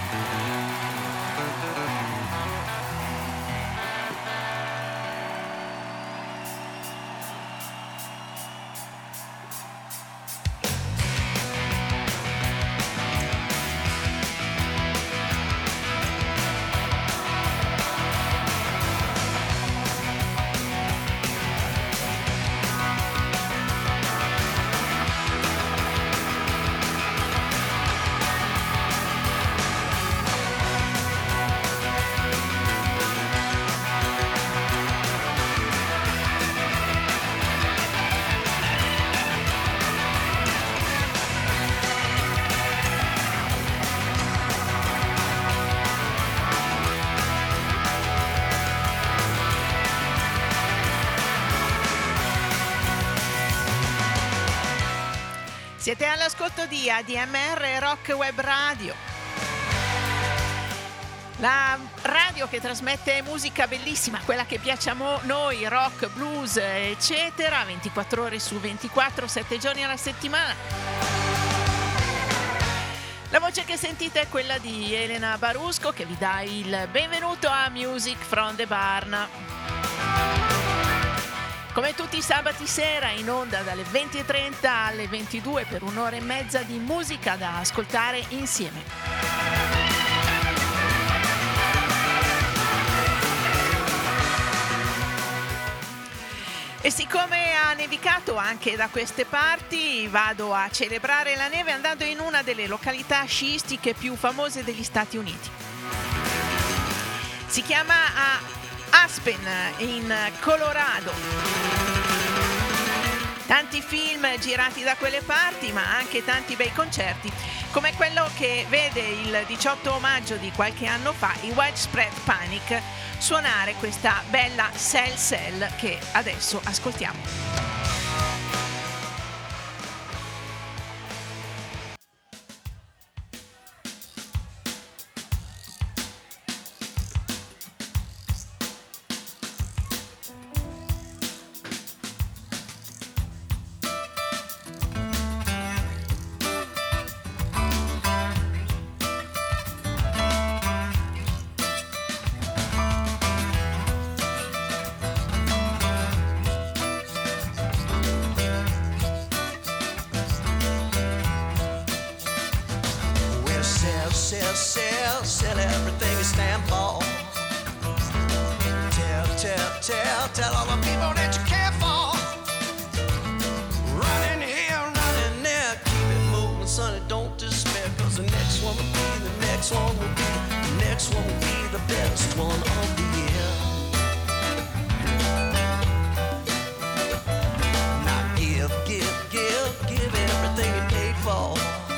Siete all'ascolto di ADMR Rock Web Radio, la radio che trasmette musica bellissima, quella che piace a noi, rock, blues, eccetera, 24 ore su 24, 7 giorni alla settimana. La voce che sentite è quella di Elena Barusco, che vi dà il benvenuto a Music from the Barn. Come tutti i sabati sera, in onda dalle 20:30 alle 22 per un'ora e mezza di musica da ascoltare insieme. E siccome ha nevicato anche da queste parti, vado a celebrare la neve andando in una delle località sciistiche più famose degli Stati Uniti. Si chiama Aspen, in Colorado. Tanti film girati da quelle parti, ma anche tanti bei concerti, come quello che vede il 18 maggio di qualche anno fa i Widespread Panic suonare questa bella Cell Cell che adesso ascoltiamo. Sell everything you stand for. Tell all the people that you care for. Running here, running there, keep it moving, sonny, don't despair. Cause the next one will be, the next one will be, the next one will be the best one of the year. Now give everything you paid for.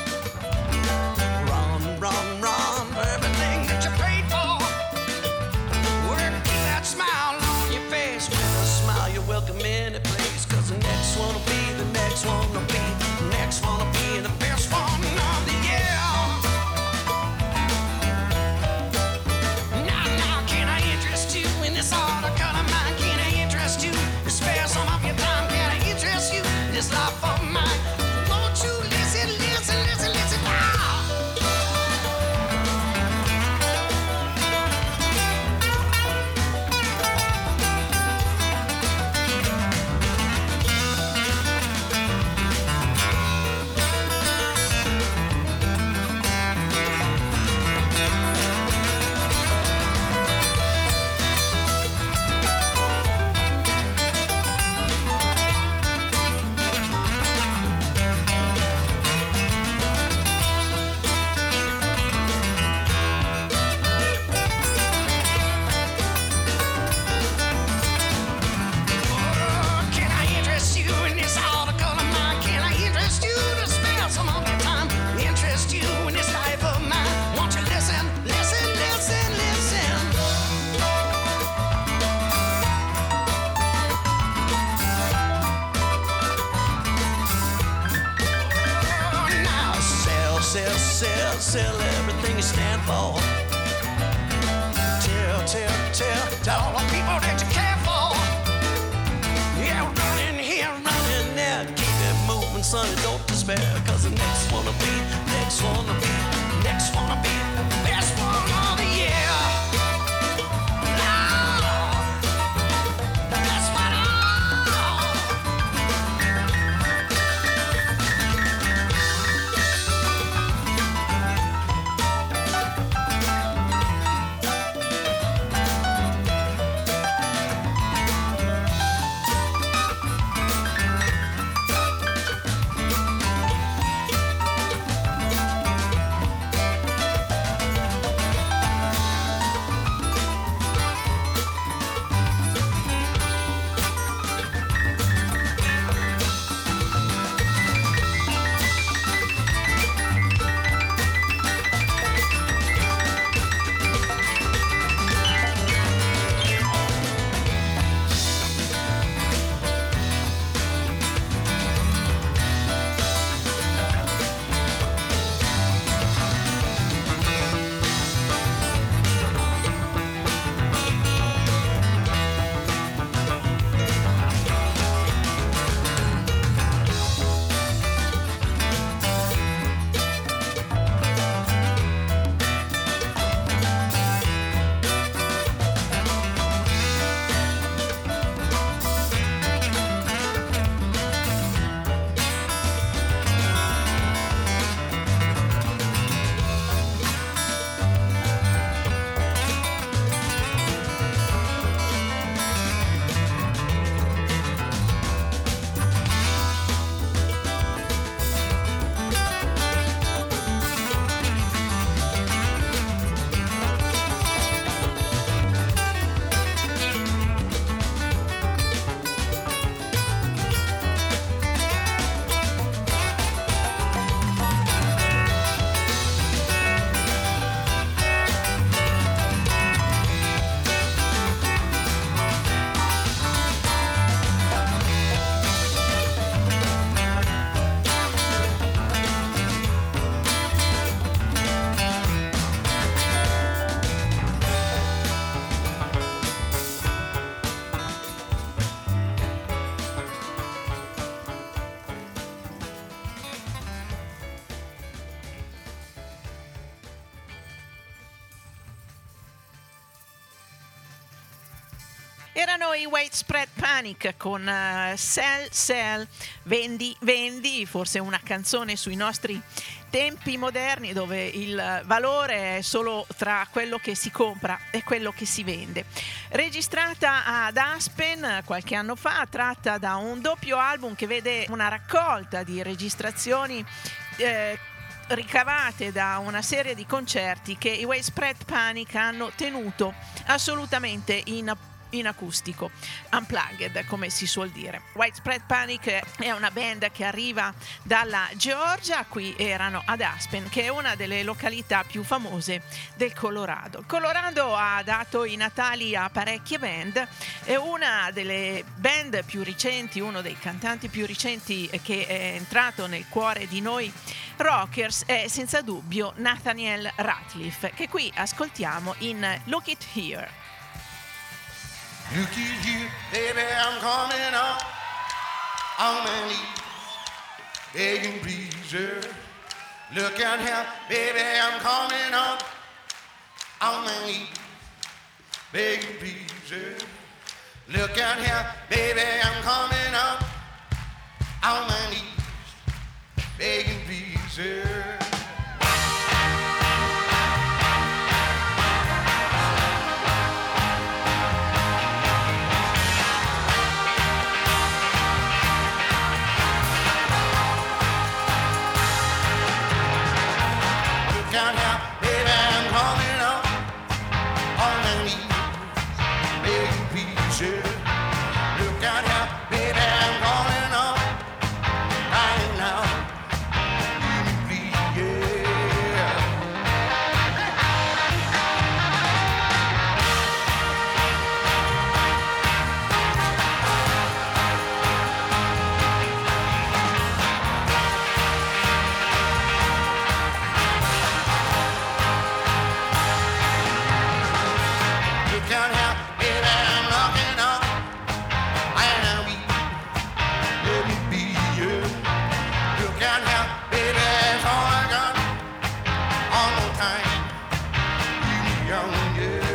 Run for everything that you prayed for. Work, keep that smile on your face. With a smile, you're welcome any place. Cause the next one will be, the next one will be, the next one will be the best one of the year. Now, can I interest you in this article of mine? Can I interest you? Spare some of your time. Can I interest you in this life of mine? Won't you listen now? Sell everything you stand for. Tell all the people that you care for. Yeah, running here, running there, keep it moving, sonny, don't despair. Cause the next one will be, next one will be, next one will be the best Erano i Widespread Panic con Sell, Sell, Vendi, Vendi, forse una canzone sui nostri tempi moderni dove il valore è solo tra quello che si compra e quello che si vende. Registrata ad Aspen qualche anno fa, tratta da un doppio album che vede una raccolta di registrazioni ricavate da una serie di concerti che i Widespread Panic hanno tenuto assolutamente in acustico, unplugged come si suol dire. Widespread Panic è una band che arriva dalla Georgia, qui erano ad Aspen, che è una delle località più famose del Colorado. Il Colorado ha dato i natali a parecchie band, è una delle band più recenti, uno dei cantanti più recenti che è entrato nel cuore di noi rockers è senza dubbio Nathaniel Rateliff, che qui ascoltiamo in Look It Here. Look at you, baby, I'm coming up on my knees, begging please, look out here, baby, I'm coming up on my knees, begging please, look out here, baby, I'm coming up on my knees, begging please. Down here, baby, I'm coming up on my knees, begging please. Look down here, baby, I'm coming up right now, please, yeah. Down here, baby, I'm looking up, and I'm weak, let me be you. Look down here, baby, that's all I got, all the time, you young, yeah.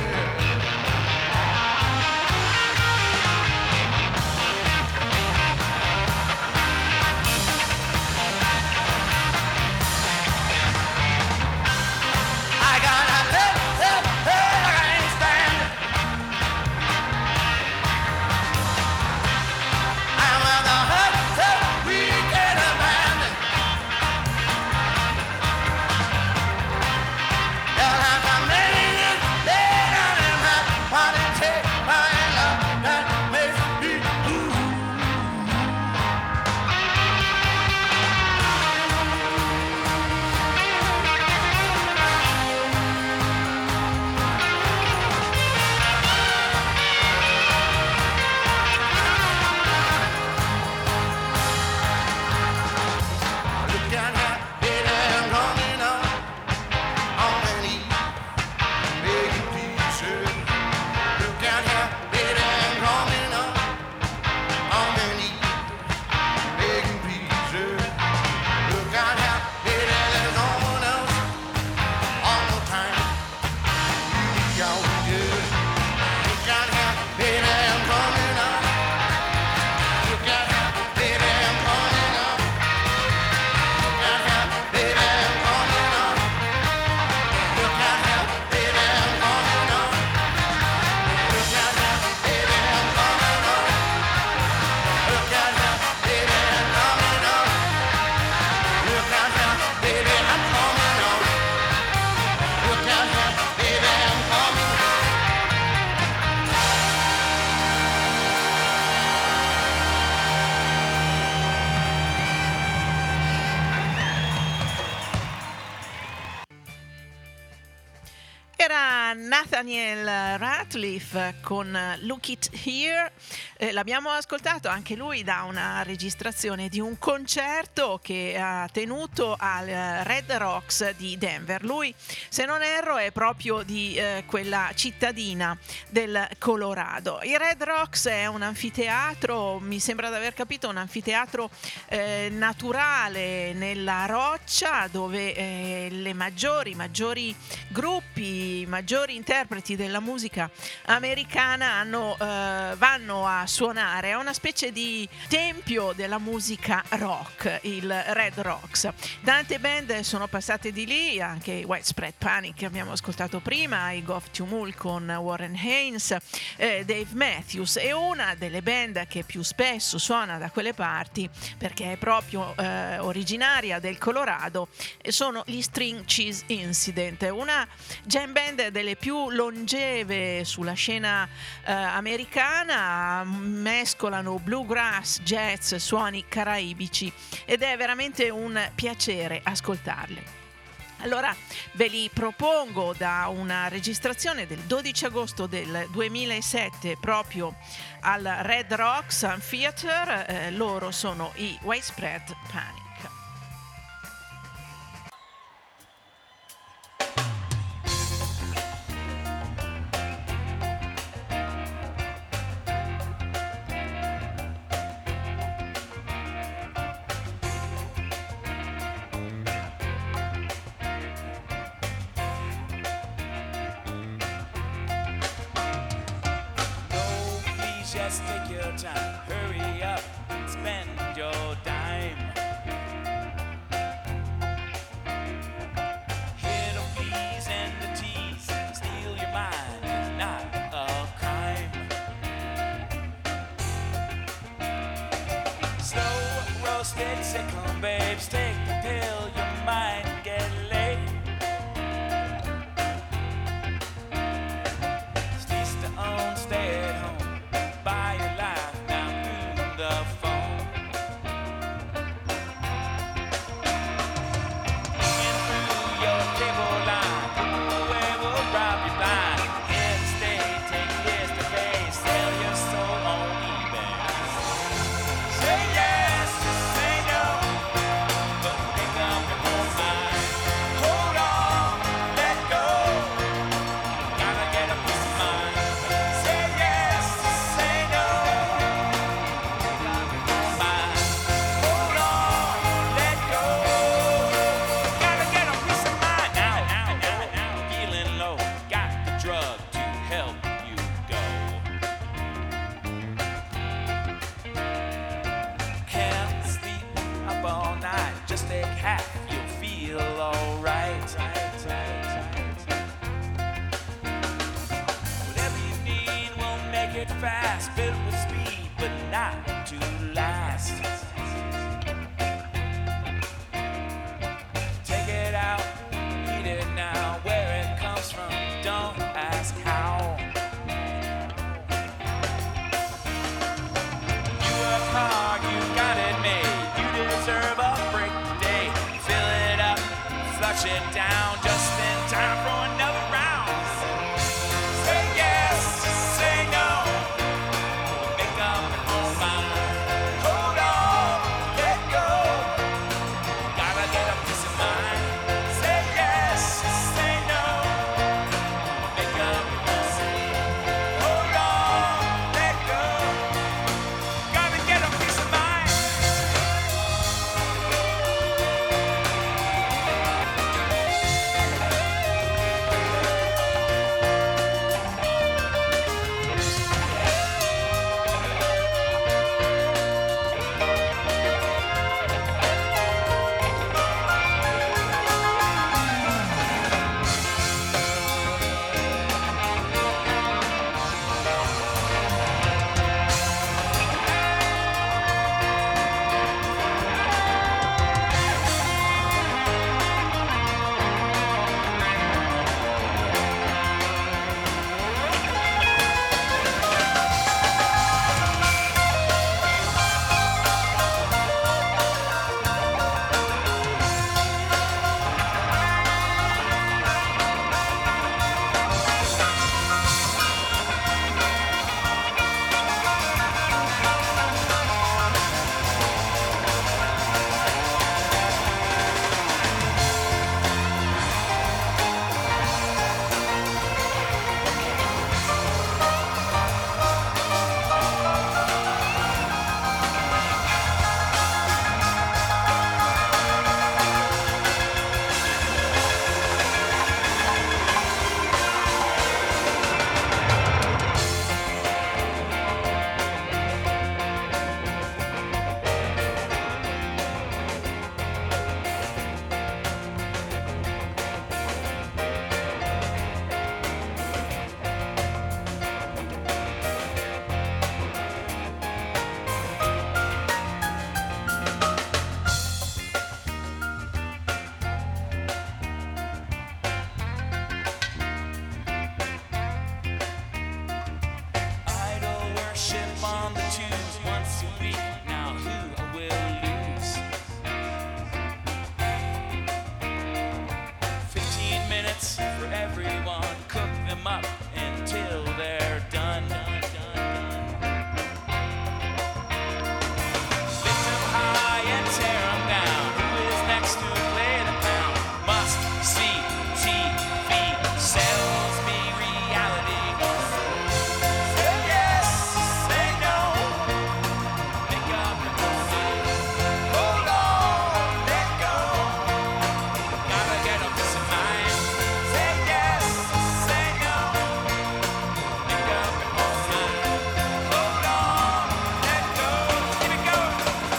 I got a love, I can't stand. I'm at the hut, we get abandoned. They'll have to make it, they got him hot, but it takes my love that makes me blue. Look down here, baby, I'm coming up on my knees, begging please. Look down here, baby, I'm coming up on my knees, begging please. Look down here, baby, there's no one else all the time. You young, yeah. Look down here, baby, I'm coming up. Look down here, baby, I'm coming up. Look down here, baby, I'm coming up. Look down here, baby, I'm coming up. Look down here, baby, I'm coming up. Look down here, baby, I'm coming up. Look down here, baby, I'm coming up. Look down here, baby, I'm coming up. Era Nathaniel Rateliff con Look It Here, l'abbiamo ascoltato anche lui da una registrazione di un concerto che ha tenuto al Red Rocks di Denver. Lui, se non erro, è proprio di quella cittadina del Colorado. Il Red Rocks è un anfiteatro, mi sembra di aver capito, un anfiteatro naturale nella roccia dove i maggiori gruppi i maggiori interpreti della musica americana vanno a suonare a una specie di tempio della musica rock, il Red Rocks. Tante band sono passate di lì, anche i Widespread Panic che abbiamo ascoltato prima, i Goth Tumult con Warren Haynes, Dave Matthews, e una delle band che più spesso suona da quelle parti, perché è proprio originaria del Colorado, sono gli String Cheese Incident, una jam band delle più longeve sulla scena americana. Mescolano bluegrass, jazz, suoni caraibici ed è veramente un piacere ascoltarle. Allora ve li propongo da una registrazione del 12 agosto del 2007 proprio al Red Rocks Amphitheater. Loro sono i Widespread Panic. Just take your time, hurry up, spend your dime. Hear the P's and the T's, steal your mind, it's not a crime. Slow roasted sickle, babes, take the pill, your mind get laid. Cease to own, stay at home. Buy your life now through the phone. In through your cable line, people away will rob you blind. Here to stay, take years to pay, sell your soul on eBay. Say yes, say no. on the tubes once a week. Now who will lose? 15 minutes for everyone. Cook them up until they're done. Lift them high and tear them down. Who is next to play the pound? Must see TV. Sells me reality. Say yes, say no. Make up and hold on, let go. Gotta get a peace of mind. Say yes, say no. Make up and hold on, let go. Keep it going.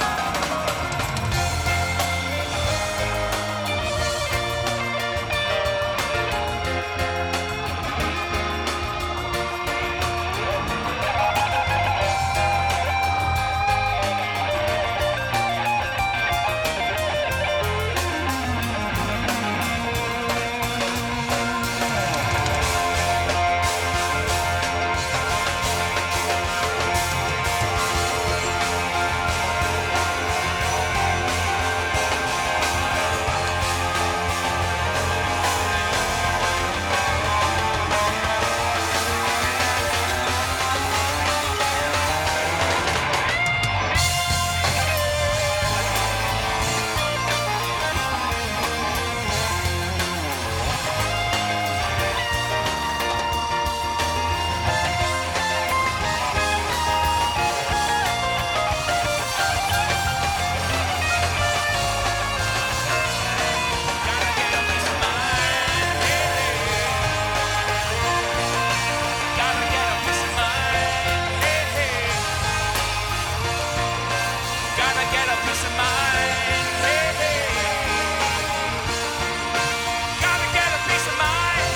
Gotta get a peace of mind. Hey, hey. Gotta get a peace of mind. Hey, hey. Gotta get a peace of mind.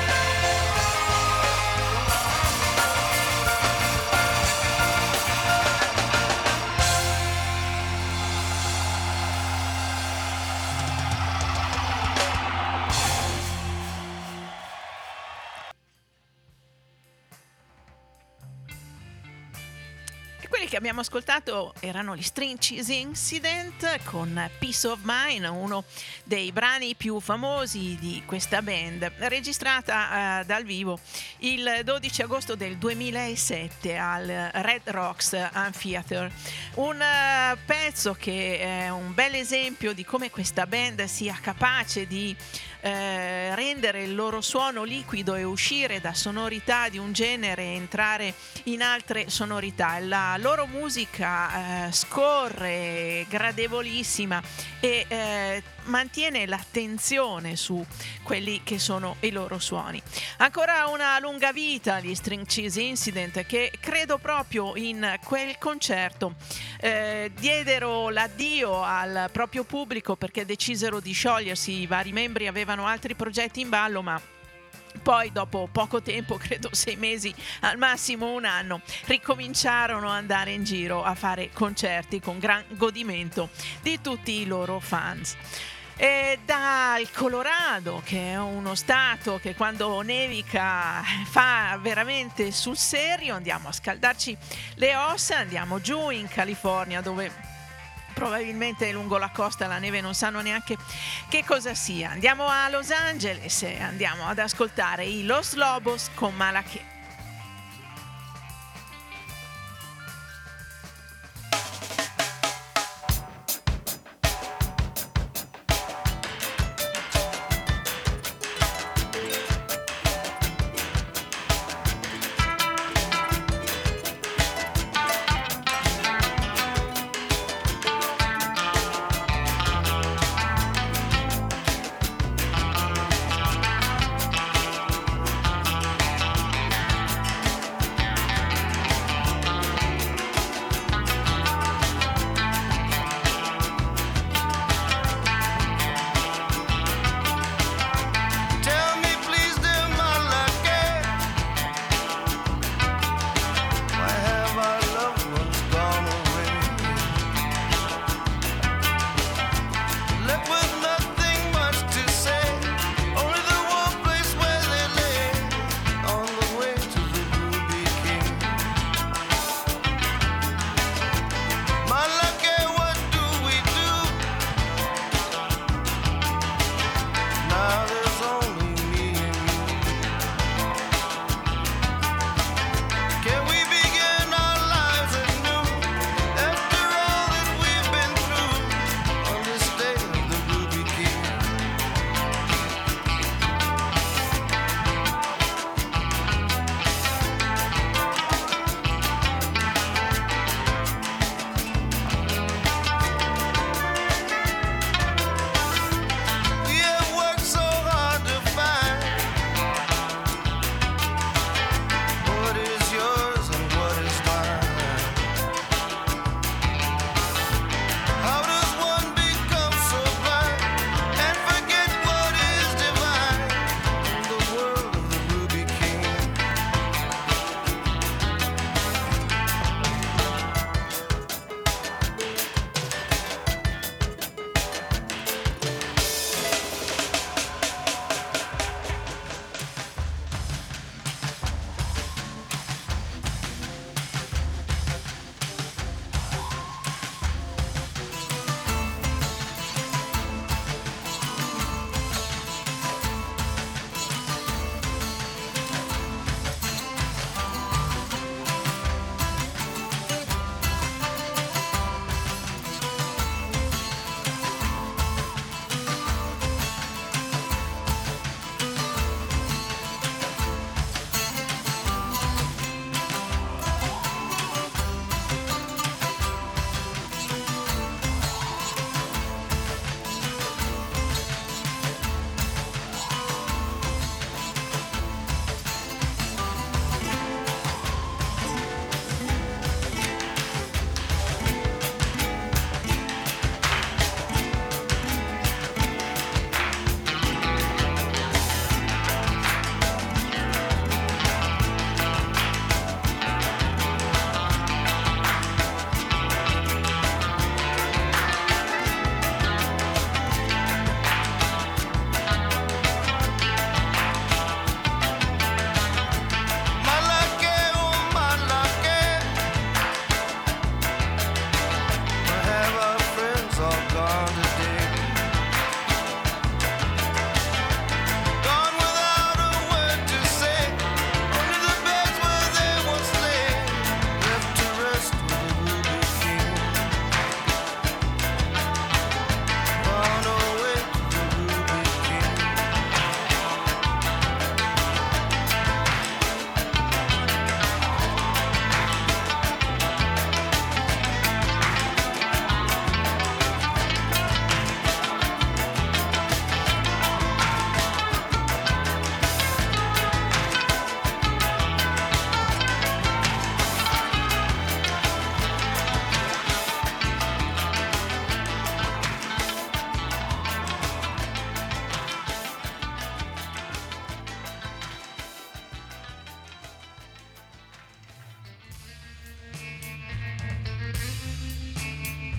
E quelli che abbiamo ascoltato erano gli String Cheese Incident con Peace of Mind, uno dei brani più famosi di questa band, registrata dal vivo il 12 agosto del 2007 al Red Rocks Amphitheatre. Un pezzo che è un bel esempio di come questa band sia capace di rendere il loro suono liquido e uscire da sonorità di un genere e entrare in altre sonorità. La loro musica scorre gradevolissima e mantiene l'attenzione su quelli che sono i loro suoni. Ancora una lunga vita gli String Cheese Incident, che credo proprio in quel concerto diedero l'addio al proprio pubblico perché decisero di sciogliersi. I vari membri avevano altri progetti in ballo, ma poi dopo poco tempo, credo 6 mesi, al massimo un anno, ricominciarono ad andare in giro a fare concerti con gran godimento di tutti i loro fans. E dal Colorado, che è uno stato che quando nevica fa veramente sul serio, andiamo a scaldarci le ossa, andiamo giù in California, dove probabilmente lungo la costa la neve non sanno neanche che cosa sia. Andiamo a Los Angeles e andiamo ad ascoltare i Los Lobos con Malaché.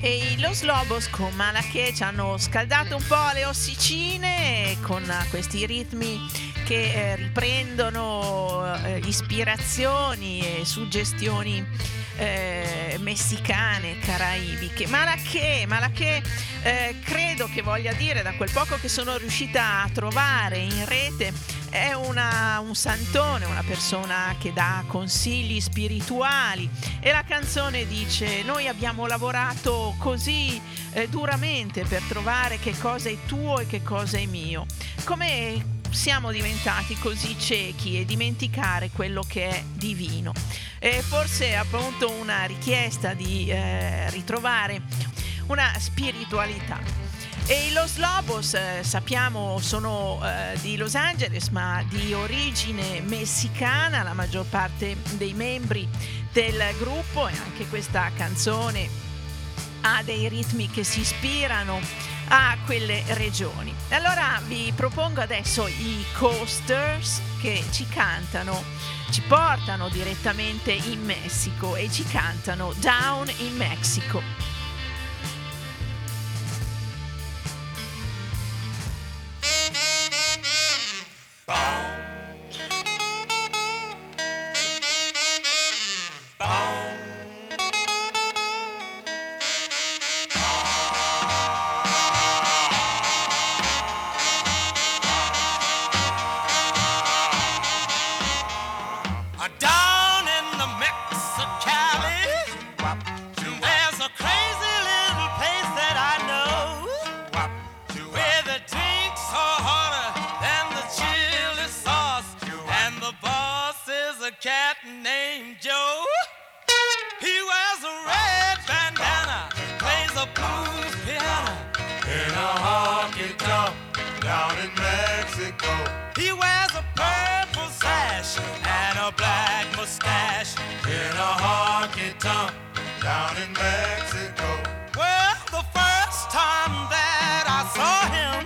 E i Los Lobos con Malaché ci hanno scaldato un po' le ossicine con questi ritmi che riprendono ispirazioni e suggestioni messicane, caraibiche. Malaché credo che voglia dire, da quel poco che sono riuscita a trovare in rete, è un santone, una persona che dà consigli spirituali, e la canzone dice: noi abbiamo lavorato così duramente per trovare che cosa è tuo e che cosa è mio. Come siamo diventati così ciechi e dimenticare quello che è divino? Forse è appunto una richiesta di ritrovare una spiritualità. E i Los Lobos, sappiamo, sono di Los Angeles, ma di origine messicana, la maggior parte dei membri del gruppo, e anche questa canzone ha dei ritmi che si ispirano a quelle regioni. Allora vi propongo adesso i Coasters, che ci portano direttamente in Messico e ci cantano Down in Mexico. Down in the Mexicali, there's a crazy little place that I know, where the drinks are hotter than the chili sauce, and the boss is a cat named Joe. He wears a red bandana, plays a blues piano In a honky tonk down in Mexico. He wears a purple sash and a black mustache. In a honky tonk down in Mexico. Well, the first time that I saw him,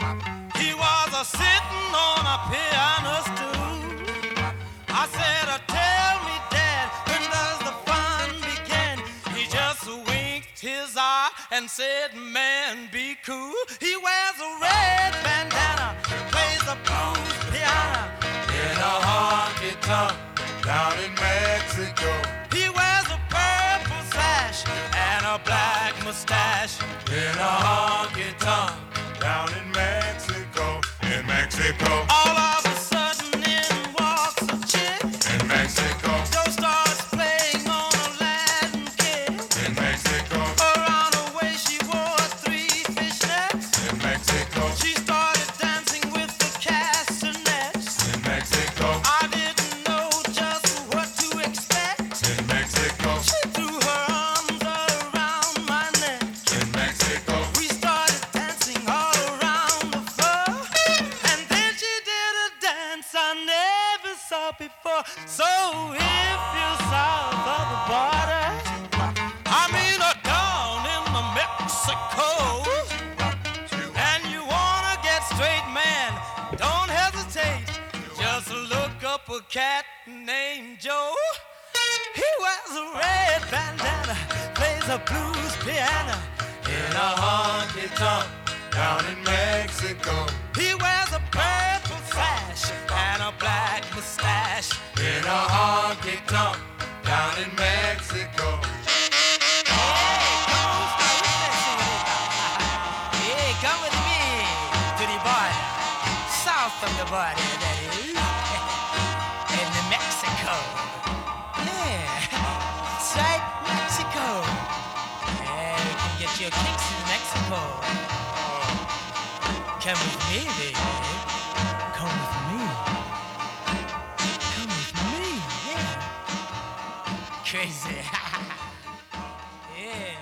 he was sitting on a piano stool. I said, tell me, Dad, when does the fun begin? He just winked his eye and said, man, be cool. He wears a red bandana, plays a blues piano. In a honky tonk down in Mexico. He wears a purple sash and a black mustache. In a honky tonk down in Mexico. In Mexico. All of a sudden in walks a chick. In Mexico. Joe starts playing on a Latin kid. In Mexico. Around her waist she wore 3 fishnets. In Mexico. She started dancing with the castanets. In Mexico. I didn't know just what to expect. In Mexico. She threw her arms around my neck. In Mexico. We started dancing all around the floor, and then she did a dance I never saw before. So if you're south of the border, I mean down in the Mexico, and you wanna get straight, man, don't hesitate. Just look up a cat named Joe. He wears a red bandana, plays a blues piano. In a honky tonk down in Mexico. He wears a purple sash and a black mustache. In a honky tonk down in Mexico. Hey, come with me to the border, south of the border, that is, in the Mexico. Yeah, that's right, Mexico. Yeah, we can get your kicks in Mexico. Come with me, baby. Come with me. Come with me, yeah. Crazy. Yeah.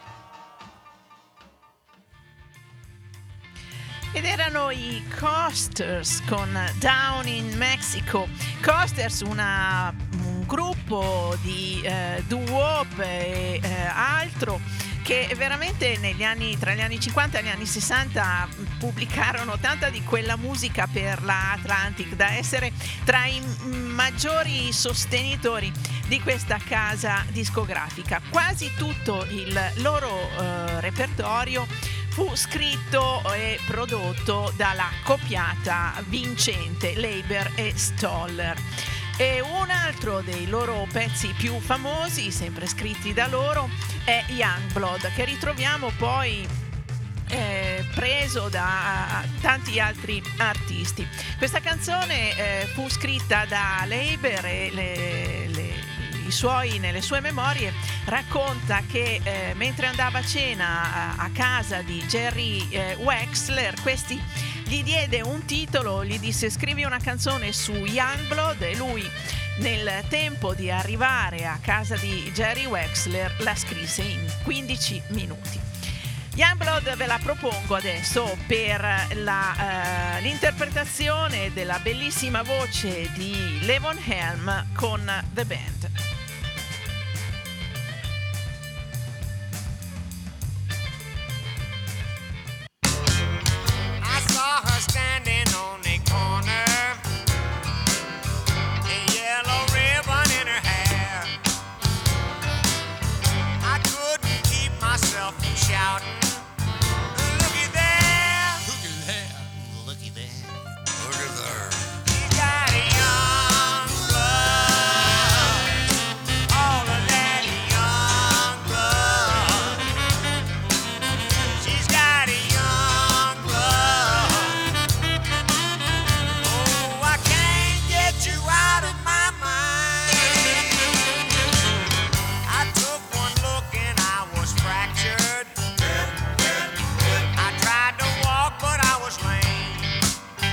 Ed erano i Coasters con Down in Mexico. Coasters, un gruppo di doo-wop e altro che veramente tra gli anni 50 e gli anni 60 pubblicarono tanta di quella musica per la Atlantic da essere tra i maggiori sostenitori di questa casa discografica. Quasi tutto il loro repertorio fu scritto e prodotto dalla coppiata vincente Leiber e Stoller. E un altro dei loro pezzi più famosi, sempre scritti da loro, è Youngblood, che ritroviamo poi preso da tanti altri artisti. Questa canzone fu scritta da Leiber e nelle sue memorie racconta che mentre andava a cena a casa di Jerry Wexler, questi gli diede un titolo, gli disse scrivi una canzone su Youngblood, e lui nel tempo di arrivare a casa di Jerry Wexler la scrisse in 15 minuti. Youngblood ve la propongo adesso per l'interpretazione della bellissima voce di Levon Helm con The Band. Standing on the corner, a yellow ribbon in her hair. I couldn't keep myself from shouting, looky there, looky there, looky there, looky there. She got a young blood, all of that young blood. She's got a young blood. Oh, I can't get you out of my mind. I took one look and I was fractured. I tried to walk but I was lame.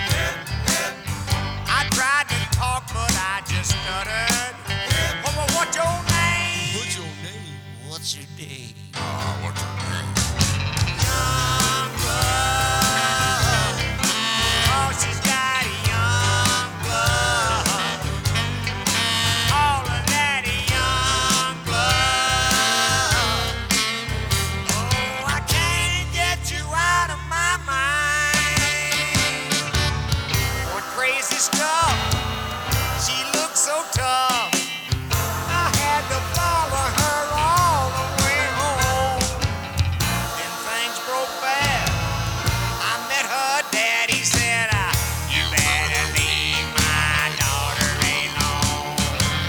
I tried to talk but I just stuttered. Oh, well, what's your name? What's your name? What's your name? What's your name? Young blood. Oh, she's got a young blood. All of that young blood. Oh, I can't get you out of my mind. What crazy stuff. She looks so tough. I had to follow her all the way home. Then things broke bad. I met her daddy, said, you better leave my daughter alone.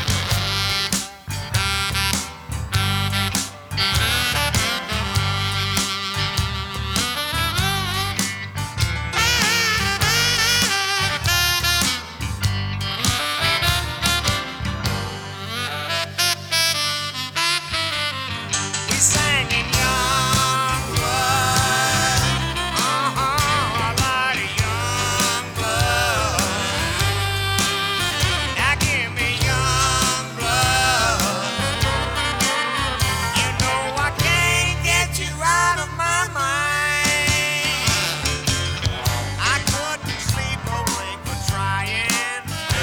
We sang in young blood. A lot of young blood. Now give me young blood. You know I can't get you out of my mind. I couldn't sleep awake for trying.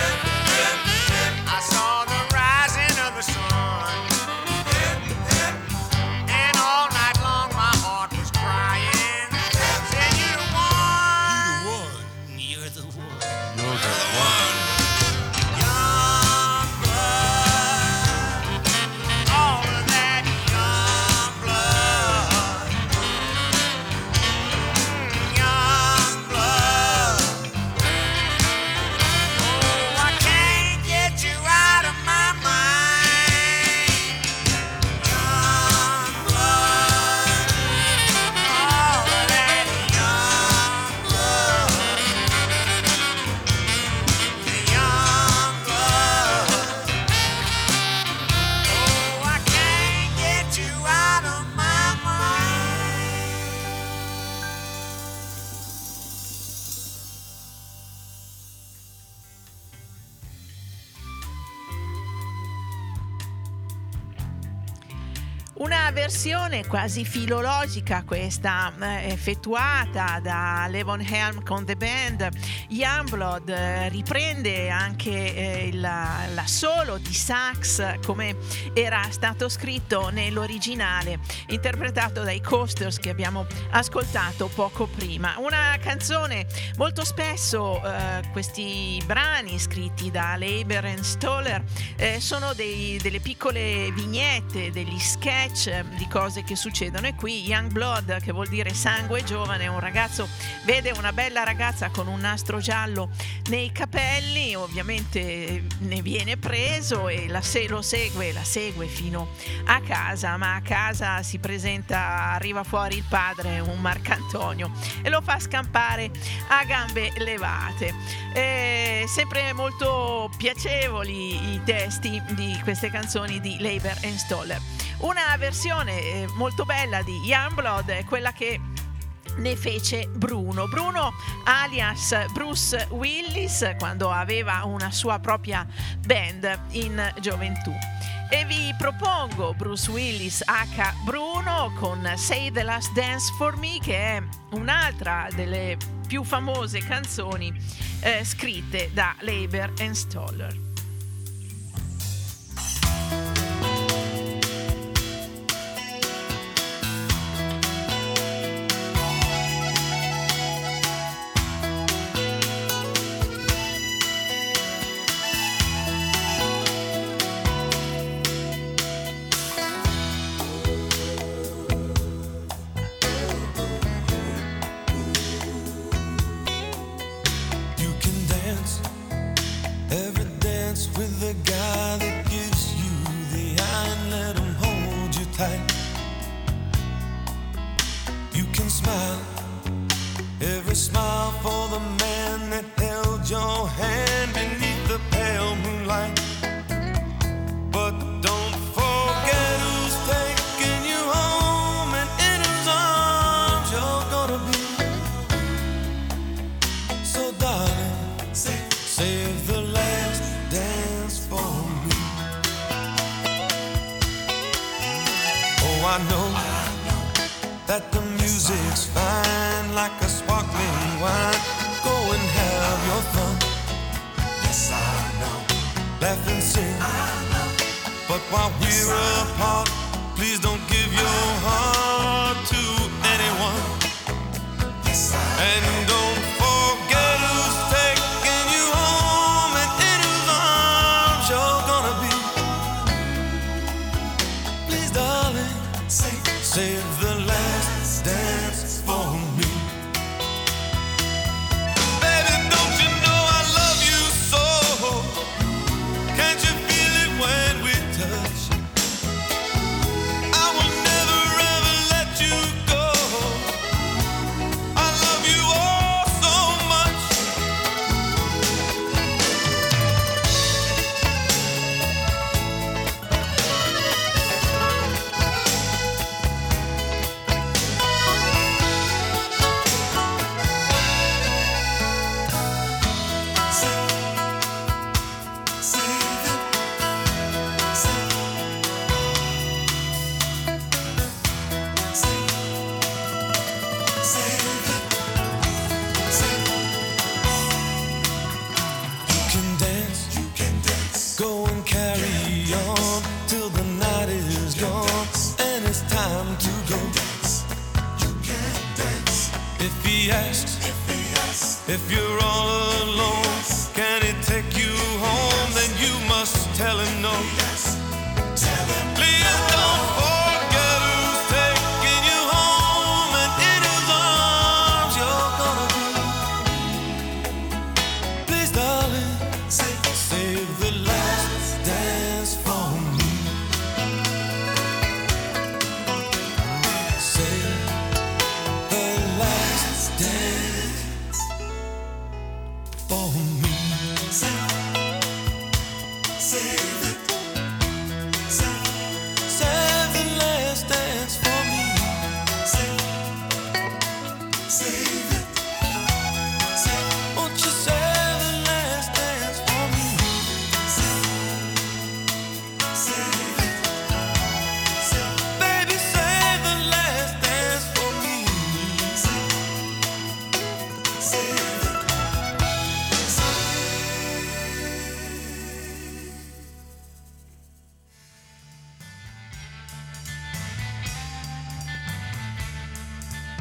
I saw the rising of the sun. And all night long my heart was crying. Said you're the one. You're the one. You're the one. Young blood. All of that young blood. Young blood. Oh, I can't get you out of my mind. Young blood, all of that young blood, the young blood. Oh, I can't get you out of my mind. Una Una versione quasi filologica questa, effettuata da Levon Helm con The Band. Youngblood riprende anche l'assolo di sax come era stato scritto nell'originale, interpretato dai Coasters che abbiamo ascoltato poco prima. Una canzone molto spesso questi brani scritti da Leiber and Stoller sono delle piccole vignette, degli sketch di cose che succedono, e qui Youngblood, che vuol dire sangue giovane, un ragazzo vede una bella ragazza con un nastro giallo nei capelli, ovviamente ne viene preso e la segue fino a casa, ma a casa arriva fuori il padre, un Marcantonio, e lo fa scampare a gambe levate. Sempre molto piacevoli i testi di queste canzoni di Leiber and Stoller. Una versione molto bella di Youngblood è quella che ne fece Bruno alias Bruce Willis, quando aveva una sua propria band in gioventù. E vi propongo Bruce Willis H. Bruno con Say the Last Dance for Me, che è un'altra delle più famose canzoni scritte da Leiber and Stoller. With the guy that gives you the eye and let him hold you tight. You can smile, every smile for the man that held your hand beneath the pale moonlight. But don't forget who's taking you home and in whose arms you're gonna be. So darling, save the last dance for me. Oh, I know that the music's fine, like a sparkling wine. Go and have your fun. Yes, I know. Laugh and sing. But while we're apart, please don't give your heart to anyone. And don't forget who's taking you home and in whose arms you're gonna be. Please, darling, save the last dance for me. Baby, don't you know I love you so? Can't you feel it when we touch? I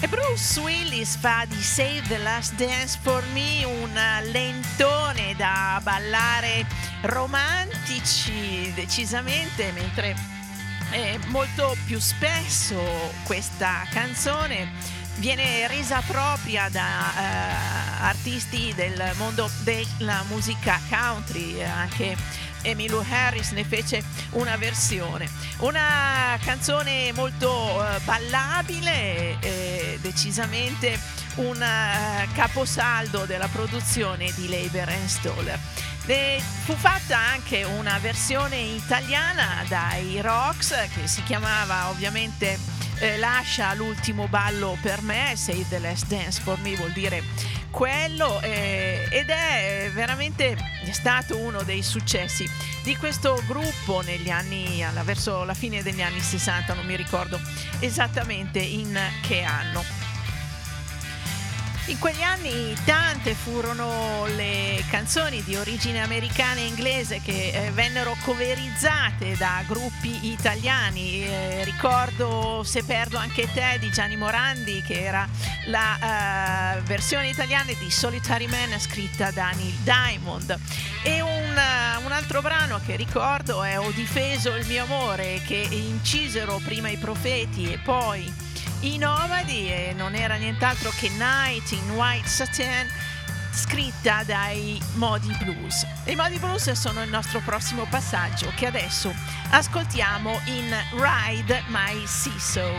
E Bruce Willis fa di Save the Last Dance for Me un lentone da ballare romantici decisamente, mentre molto più spesso questa canzone viene resa propria da artisti del mondo della musica country. Anche Emmylou Harris ne fece una versione, una canzone molto ballabile, decisamente un caposaldo della produzione di Leiber and Stoller. Fu fatta anche una versione italiana dai Rocks che si chiamava ovviamente Lascia l'ultimo ballo per me, Save the Last Dance for Me vuol dire quello, ed è veramente stato uno dei successi di questo gruppo negli anni, verso la fine degli anni 60, non mi ricordo esattamente in che anno. In quegli anni tante furono le canzoni di origine americana e inglese che vennero coverizzate da gruppi italiani. Ricordo Se perdo anche te di Gianni Morandi, che era la versione italiana di Solitary Man scritta da Neil Diamond. E un altro brano che ricordo è Ho difeso il mio amore, che incisero prima i Profeti e poi i Nomadi, e non era nient'altro che Night in White Satin, scritta dai Moody Blues. I Moody Blues sono il nostro prossimo passaggio, che adesso ascoltiamo in Ride My Seesaw.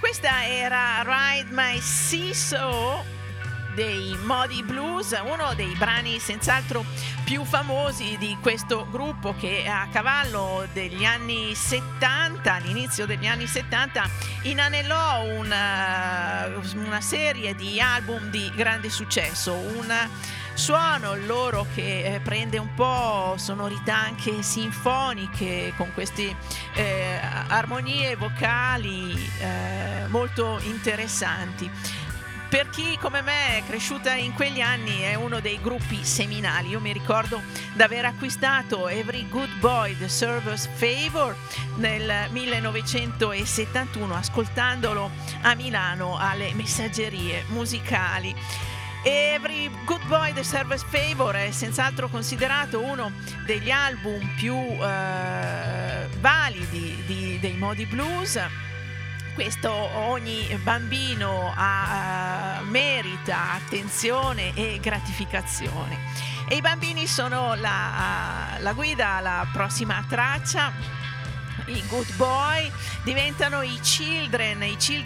Questa era Ride My Seesaw dei Moody Blues, uno dei brani senz'altro più famosi di questo gruppo che a cavallo degli anni 70, all'inizio degli anni 70, inanellò una serie di album di grande successo, un suono loro che prende un po' sonorità anche sinfoniche con queste armonie vocali molto interessanti. Per chi come me è cresciuta in quegli anni è uno dei gruppi seminali. Io mi ricordo di aver acquistato Every Good Boy Deserves Favor nel 1971 ascoltandolo a Milano alle messaggerie musicali. Every Good Boy Deserves Favor è senz'altro considerato uno degli album più validi dei Moody Blues. Questo ogni bambino merita attenzione e gratificazione. E i bambini sono la guida alla prossima traccia. I Good Boy diventano i children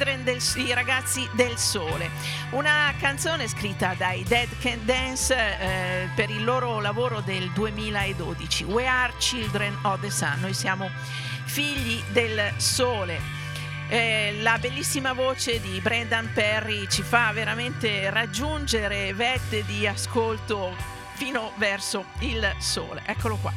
i ragazzi del sole. Una canzone scritta dai Dead Can Dance per il loro lavoro del 2012. We are children of the sun. Noi siamo figli del sole. La bellissima voce di Brendan Perry ci fa veramente raggiungere vette di ascolto fino verso il sole. Eccolo qua.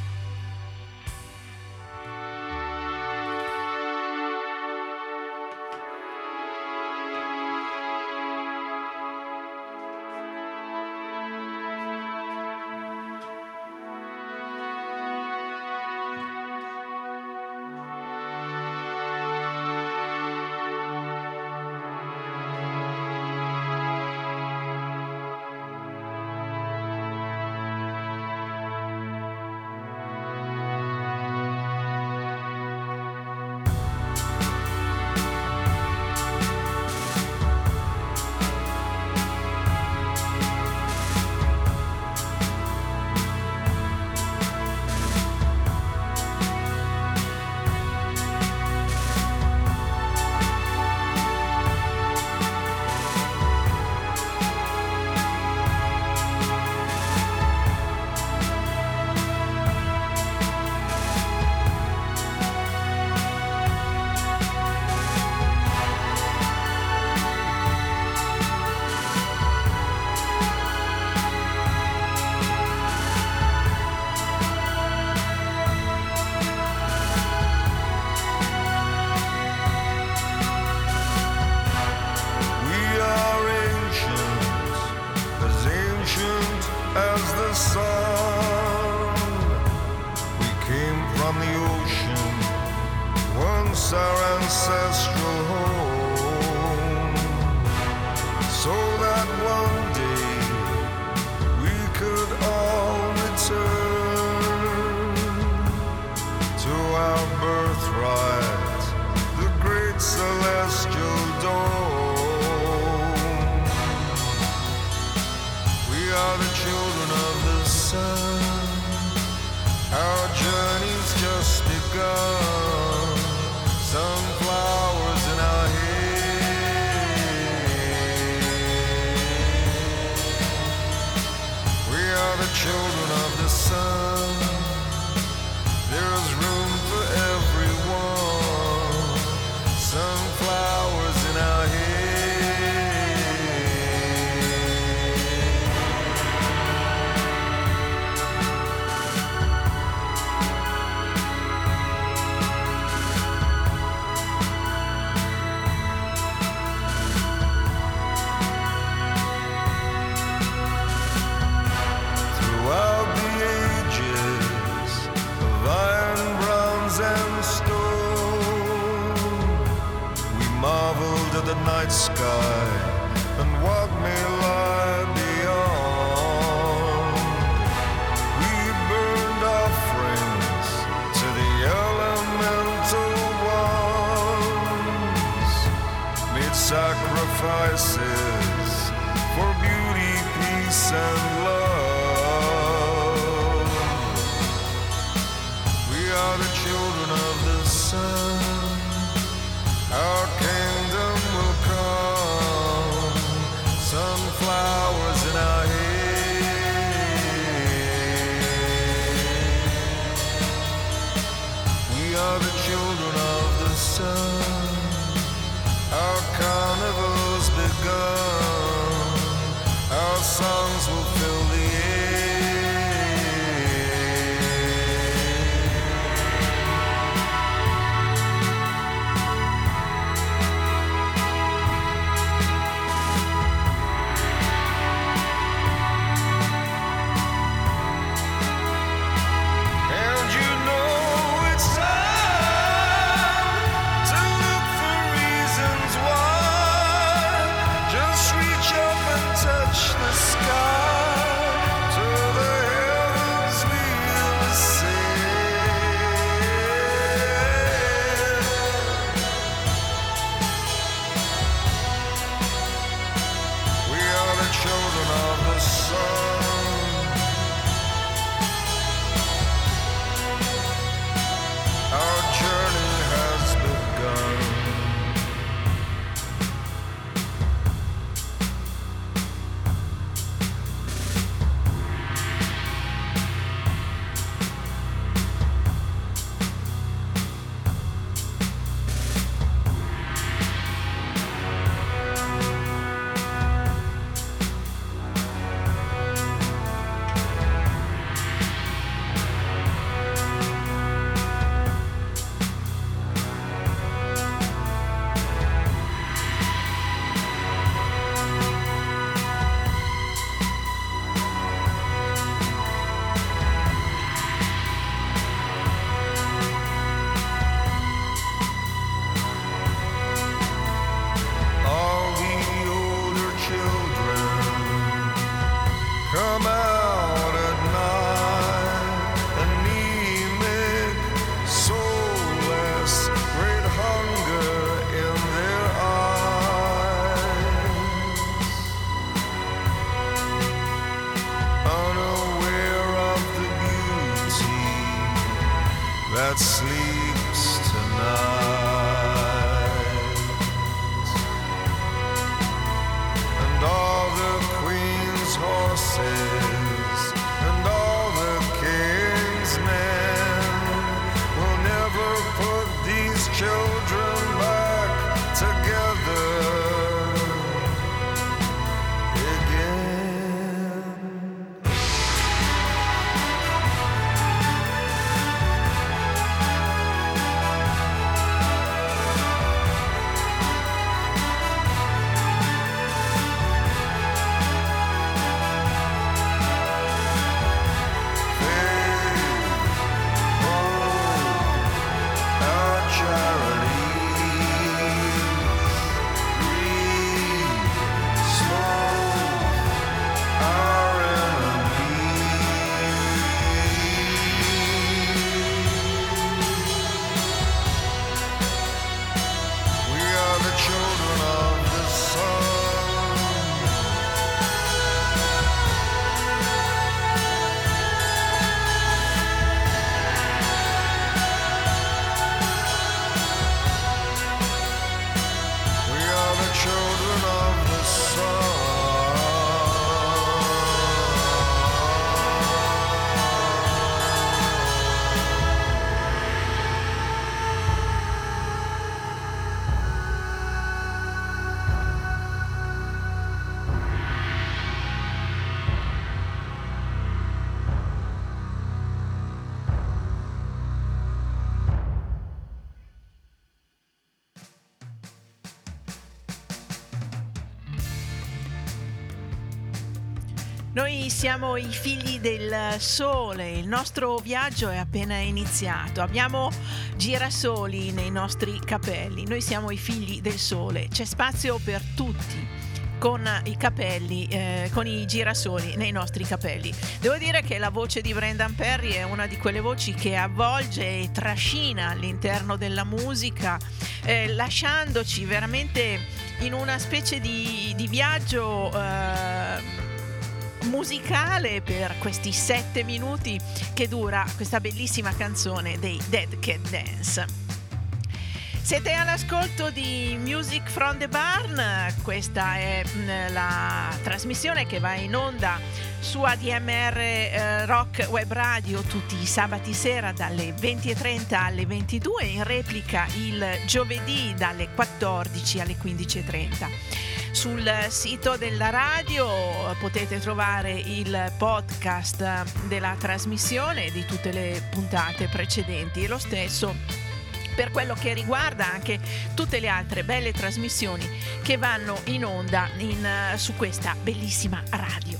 Our kingdom will are the children of the sun. Our carnival's begun. Our songs will fill the that sleeps tonight, and all the queen's horses and all the king's men will never put these children back together again. Noi siamo i figli del sole, il nostro viaggio è appena iniziato, abbiamo girasoli nei nostri capelli, noi siamo i figli del sole, c'è spazio per tutti con i capelli, con i girasoli nei nostri capelli. Devo dire che la voce di Brendan Perry è una di quelle voci che avvolge e trascina all'interno della musica, lasciandoci veramente in una specie di viaggio musicale per questi 7 minuti che dura questa bellissima canzone dei Dead Cat Dance. Siete all'ascolto di Music from the Barn, questa è la trasmissione che va in onda su ADMR Rock Web Radio tutti i sabati sera dalle 20:30 alle 22, in replica il giovedì dalle 14 alle 15:30. Sul sito della radio potete trovare il podcast della trasmissione e di tutte le puntate precedenti, e lo stesso per quello che riguarda anche tutte le altre belle trasmissioni che vanno in onda su questa bellissima radio.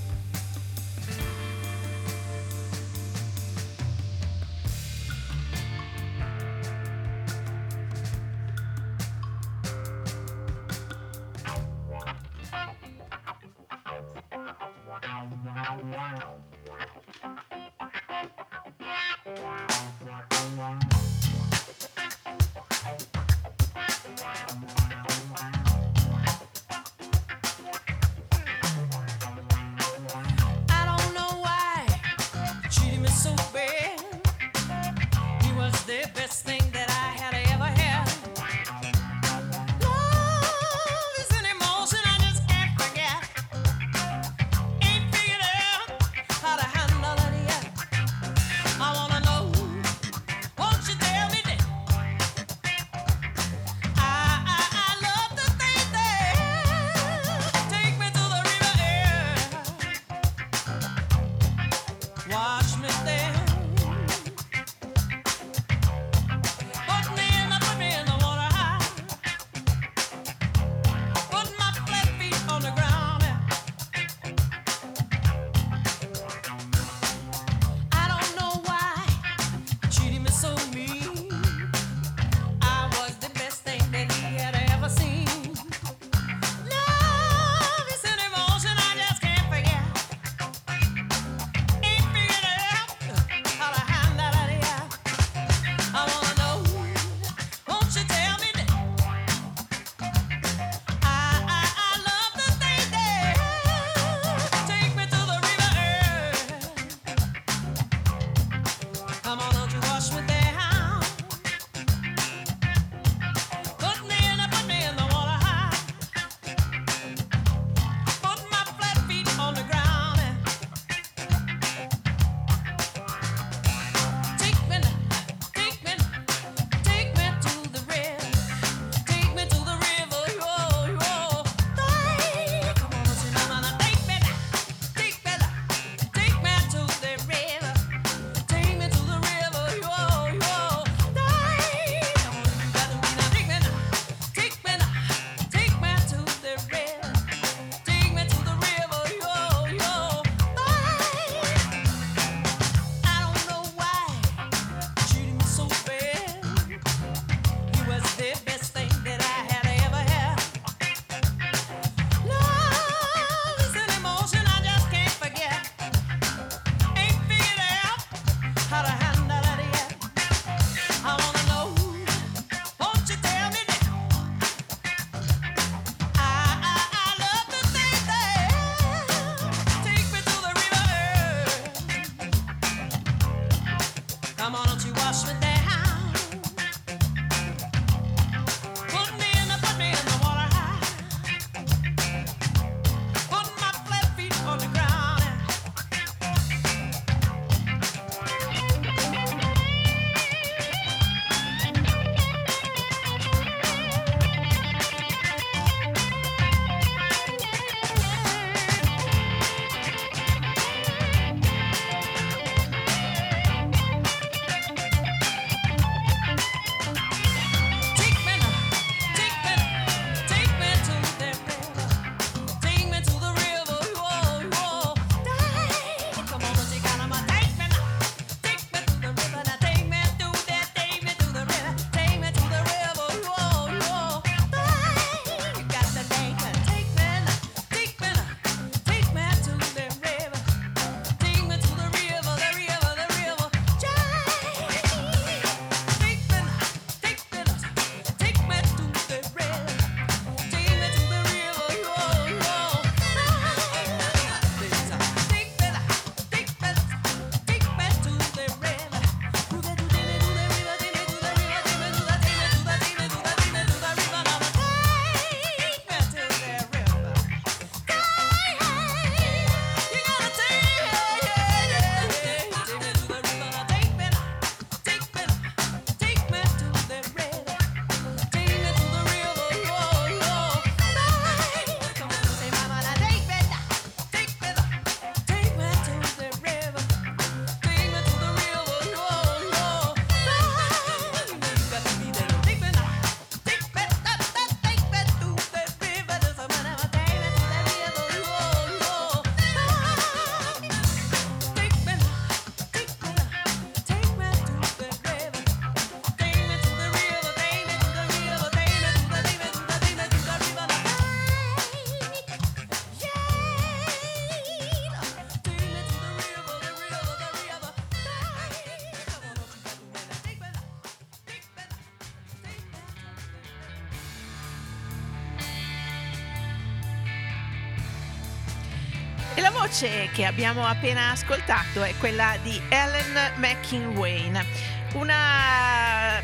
la voce che abbiamo appena ascoltato è quella di Ellen McIlwain, una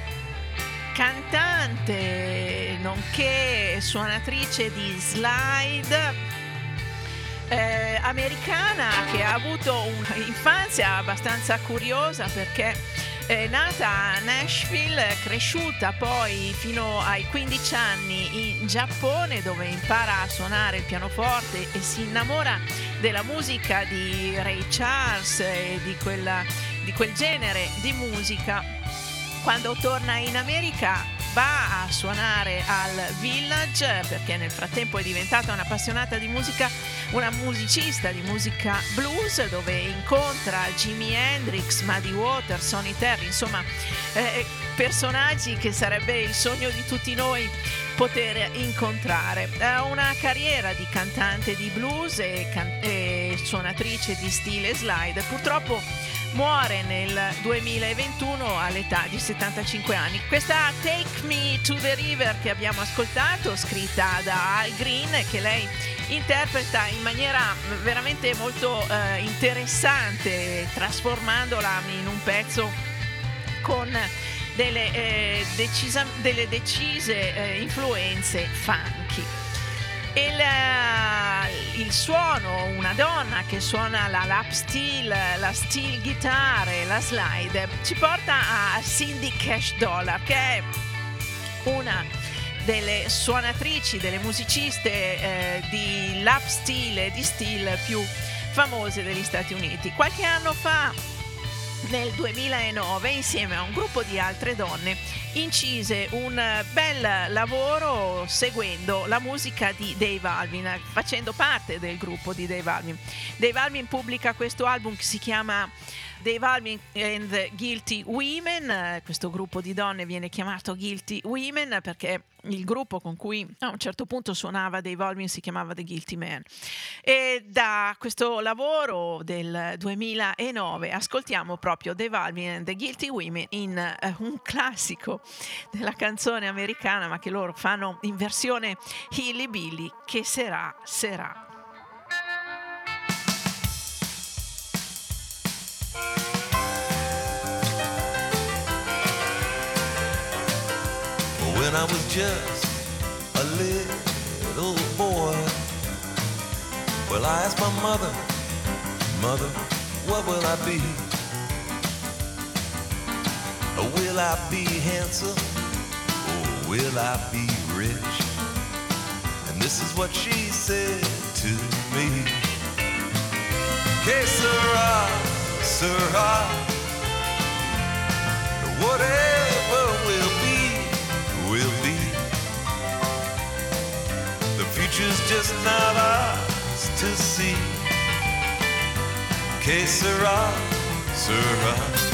cantante nonché suonatrice di slide americana, che ha avuto un'infanzia abbastanza curiosa perché è nata a Nashville, cresciuta poi fino ai 15 anni in Giappone, dove impara a suonare il pianoforte e si innamora della musica di Ray Charles e di quel genere di musica. Quando torna in America va a suonare al Village, perché nel frattempo è diventata un'appassionata di musica, una musicista di musica blues, dove incontra Jimi Hendrix, Muddy Waters, Sonny Terry, insomma personaggi che sarebbe il sogno di tutti noi poter incontrare. Ha una carriera di cantante di blues e suonatrice di stile slide. Purtroppo muore nel 2021 all'età di 75 anni. Questa Take Me to the River che abbiamo ascoltato, scritta da Al Green, che lei interpreta in maniera veramente molto interessante, trasformandola in un pezzo con delle decise influenze funky. Il suono, una donna che suona la lap steel, la steel guitar e la slide, ci porta a Cindy Cash Dollar, che è una delle suonatrici, delle musiciste di lap steel e di steel più famose degli Stati Uniti. Qualche anno fa, nel 2009, insieme a un gruppo di altre donne, incise un bel lavoro seguendo la musica di Dave Alvin, facendo parte del gruppo di Dave Alvin. Dave Alvin pubblica questo album che si chiama Dave Alvin and the Guilty Women. Questo gruppo di donne viene chiamato Guilty Women perché il gruppo con cui a un certo punto suonava Dave Alvin si chiamava The Guilty Man. E da questo lavoro del 2009 ascoltiamo proprio Dave Alvin and the Guilty Women in un classico della canzone americana, ma che loro fanno in versione Hilly Billy, che sarà. When I was just a little boy, well, I asked my mother, Mother, what will I be? Will I be handsome or will I be rich? And this is what she said to me. Que sera, sera, whatever will be. The future's just not ours to see. Que sera, sera.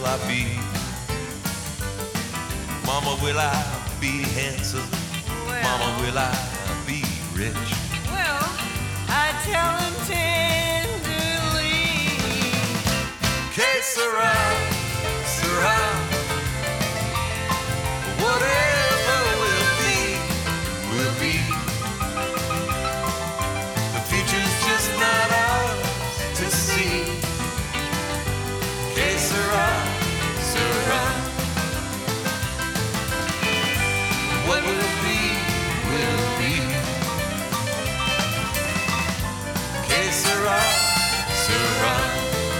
will I be? Mama, will I be handsome? Mama, will I be rich? Well, I tell him tenderly, Que sera, sera. Whatever will be, will be. The future's just not ours to see. Que sera, sera. What will be, will be. Que sera, sera.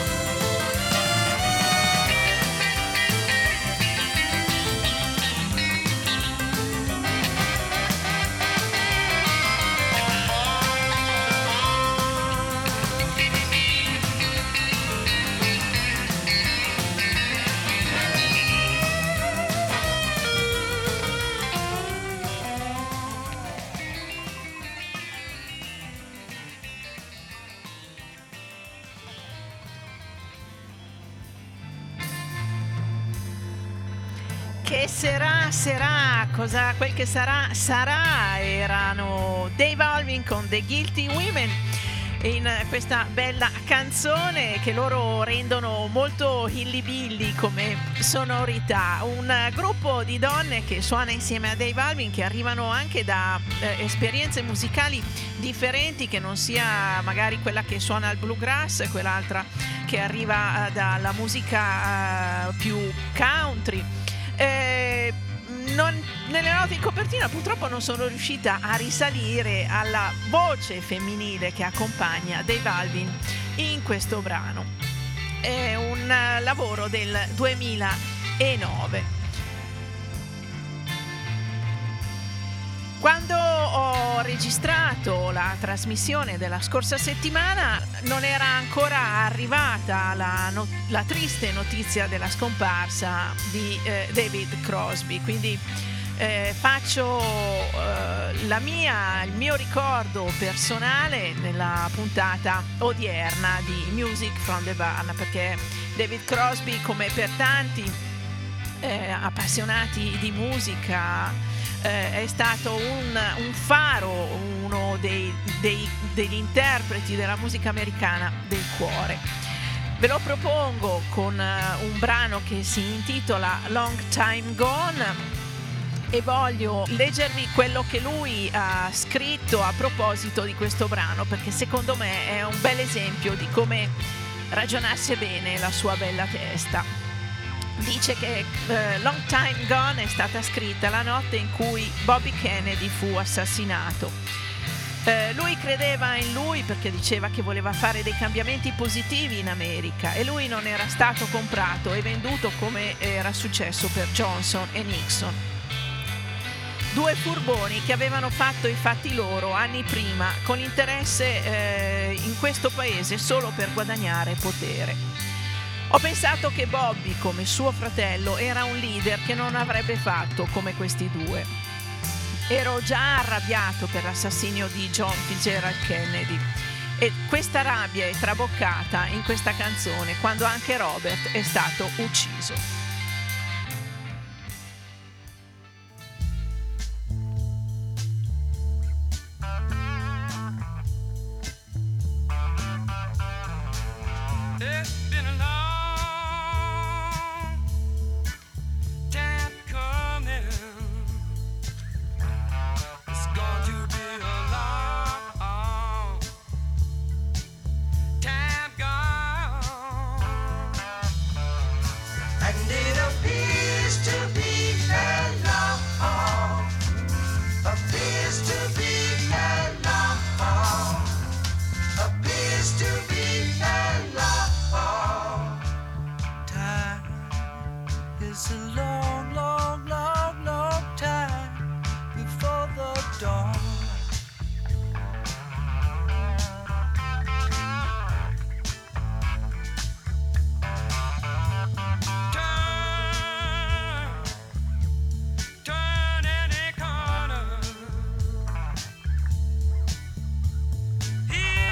Che sarà, cosa quel che sarà, erano Dave Alvin con The Guilty Women in questa bella canzone che loro rendono molto hillybilly come sonorità, un gruppo di donne che suona insieme a Dave Alvin, che arrivano anche da esperienze musicali differenti, che non sia magari quella che suona il bluegrass e quell'altra che arriva dalla musica più country. Nelle note in copertina purtroppo non sono riuscita a risalire alla voce femminile che accompagna Dave Alvin in questo brano. È un lavoro del 2009. Quando ho registrato la trasmissione della scorsa settimana non era ancora arrivata la triste notizia della scomparsa di David Crosby, quindi faccio il mio ricordo personale nella puntata odierna di Music from the Barn, perché David Crosby, come per tanti appassionati di musica, è stato un faro, uno degli interpreti della musica americana del cuore. Ve lo propongo con un brano che si intitola Long Time Gone e voglio leggervi quello che lui ha scritto a proposito di questo brano, perché secondo me è un bel esempio di come ragionasse bene la sua bella testa. Dice che Long Time Gone è stata scritta la notte in cui Bobby Kennedy fu assassinato. Lui credeva in lui perché diceva che voleva fare dei cambiamenti positivi in America, e lui non era stato comprato e venduto come era successo per Johnson e Nixon. Due furboni che avevano fatto i fatti loro anni prima con interesse in questo paese solo per guadagnare potere. Ho pensato che Bobby, come suo fratello, era un leader che non avrebbe fatto come questi due. Ero già arrabbiato per l'assassinio di John Fitzgerald Kennedy, e questa rabbia è traboccata in questa canzone quando anche Robert è stato ucciso.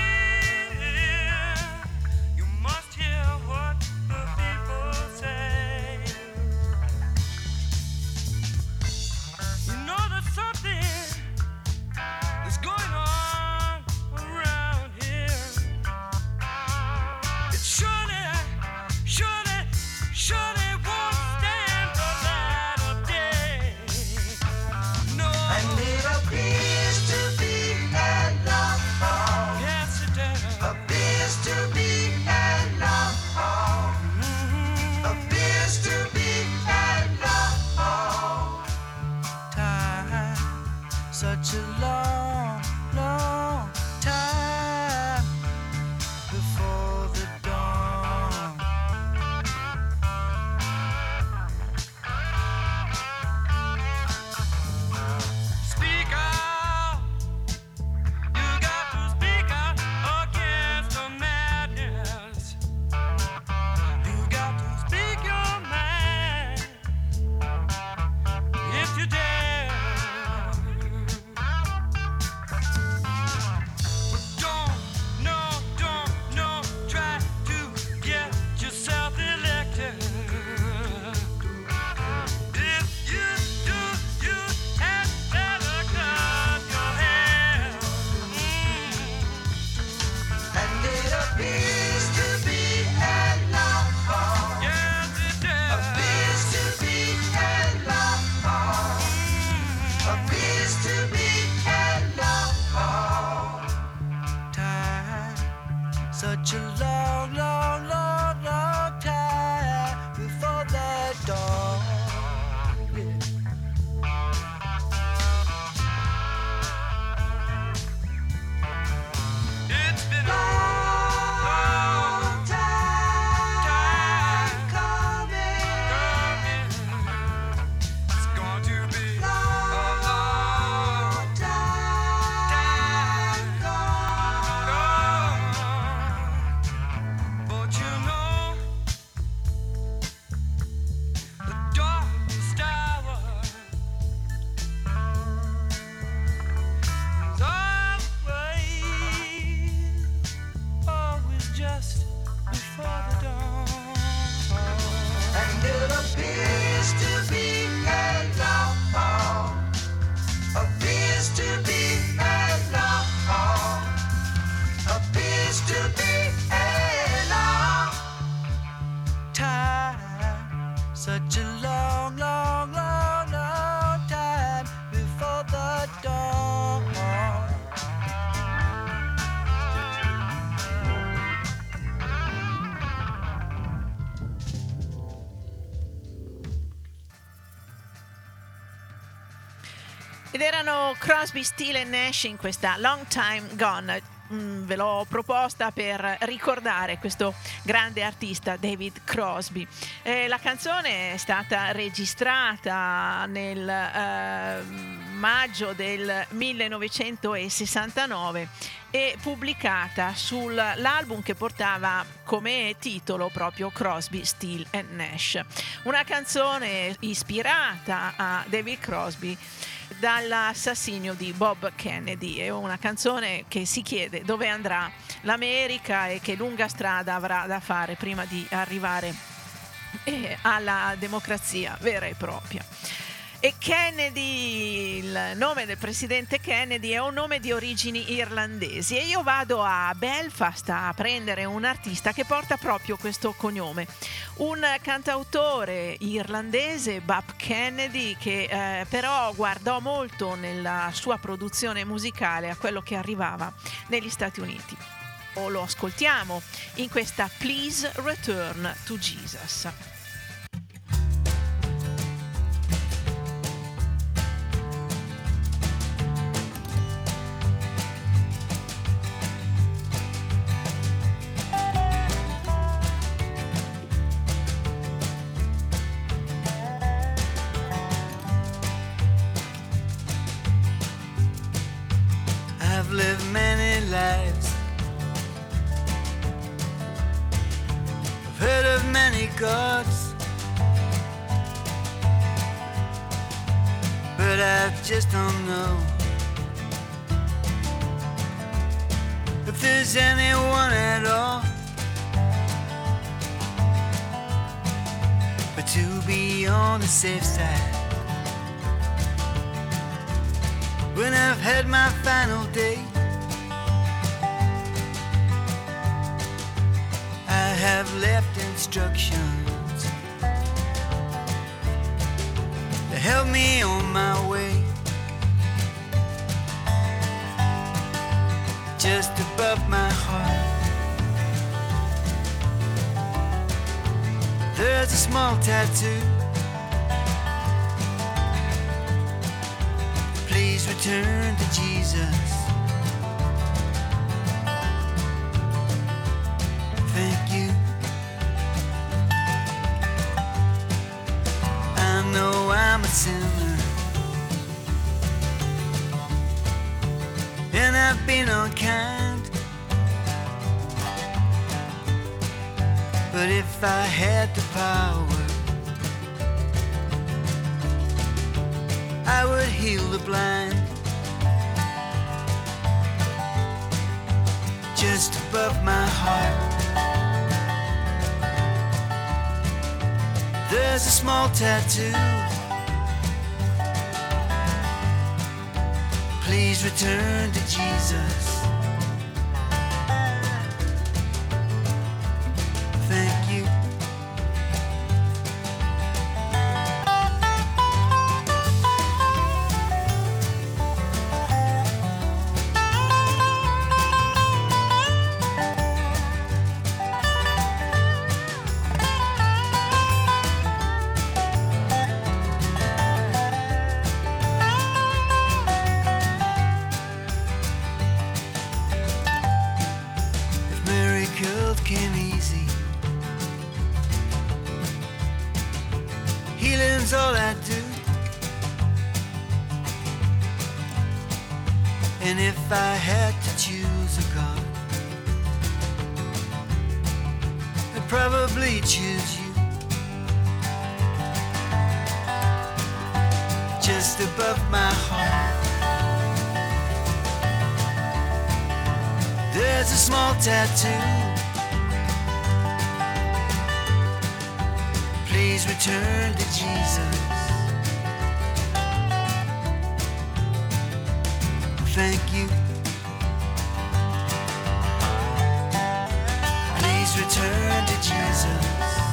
Say appears to be a long time, such a long, long time before the dawn. Speak out, you got to speak out against the madness. You got to speak your mind if you dare. Don't try to get yourself elected. If you do, you had better cut your hair. And it appears to be a long, yes it does. Appears to be a long, appears to be a long time, such a long, long, long, long time before the dawn. It's been a long time coming. It's going to be a long time gone. But you know, the darkest hour is always just before the dawn. And it appears to be a long, appears to be a long, appears to be a long time, such a long, long, long, long time before the dawn. Ed erano Crosby, Stills & Nash in questa Long Time Gone. Ve l'ho proposta per ricordare questo grande artista David Crosby. La canzone è stata registrata nel maggio del 1969 e pubblicata sull'album che portava come titolo proprio Crosby, Stills & Nash. Una canzone ispirata a David Crosby dall'assassinio di Bob Kennedy. È una canzone che si chiede dove andrà l'America e che lunga strada avrà da fare prima di arrivare alla democrazia vera e propria. E Kennedy, il nome del presidente Kennedy è un nome di origini irlandesi e io vado a Belfast a prendere un artista che porta proprio questo cognome, un cantautore irlandese, Bob Kennedy, che però guardò molto nella sua produzione musicale a quello che arrivava negli Stati Uniti. Lo ascoltiamo in questa Please Return to Jesus. I've lived many lives, I've heard of many gods, but I just don't know if there's anyone at all. But to be on the safe side, when I've had my final day, I have left instructions to help me on my way. Just above my heart, there There's a small tattoo. Please return to Jesus. Thank you. I know I'm a sinner, and I've been unkind. But if I had the power, I would heal the blind. Just above my heart, there's a small tattoo. Please return to Jesus. Thank you. If Mary killed came easy, healing's all I do. And if I had to choose a God, I'd probably choose you. Just above my heart, there's a small tattoo. Please return to Jesus. Thank you. Please return to Jesus.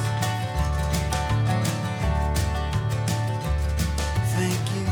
Thank you.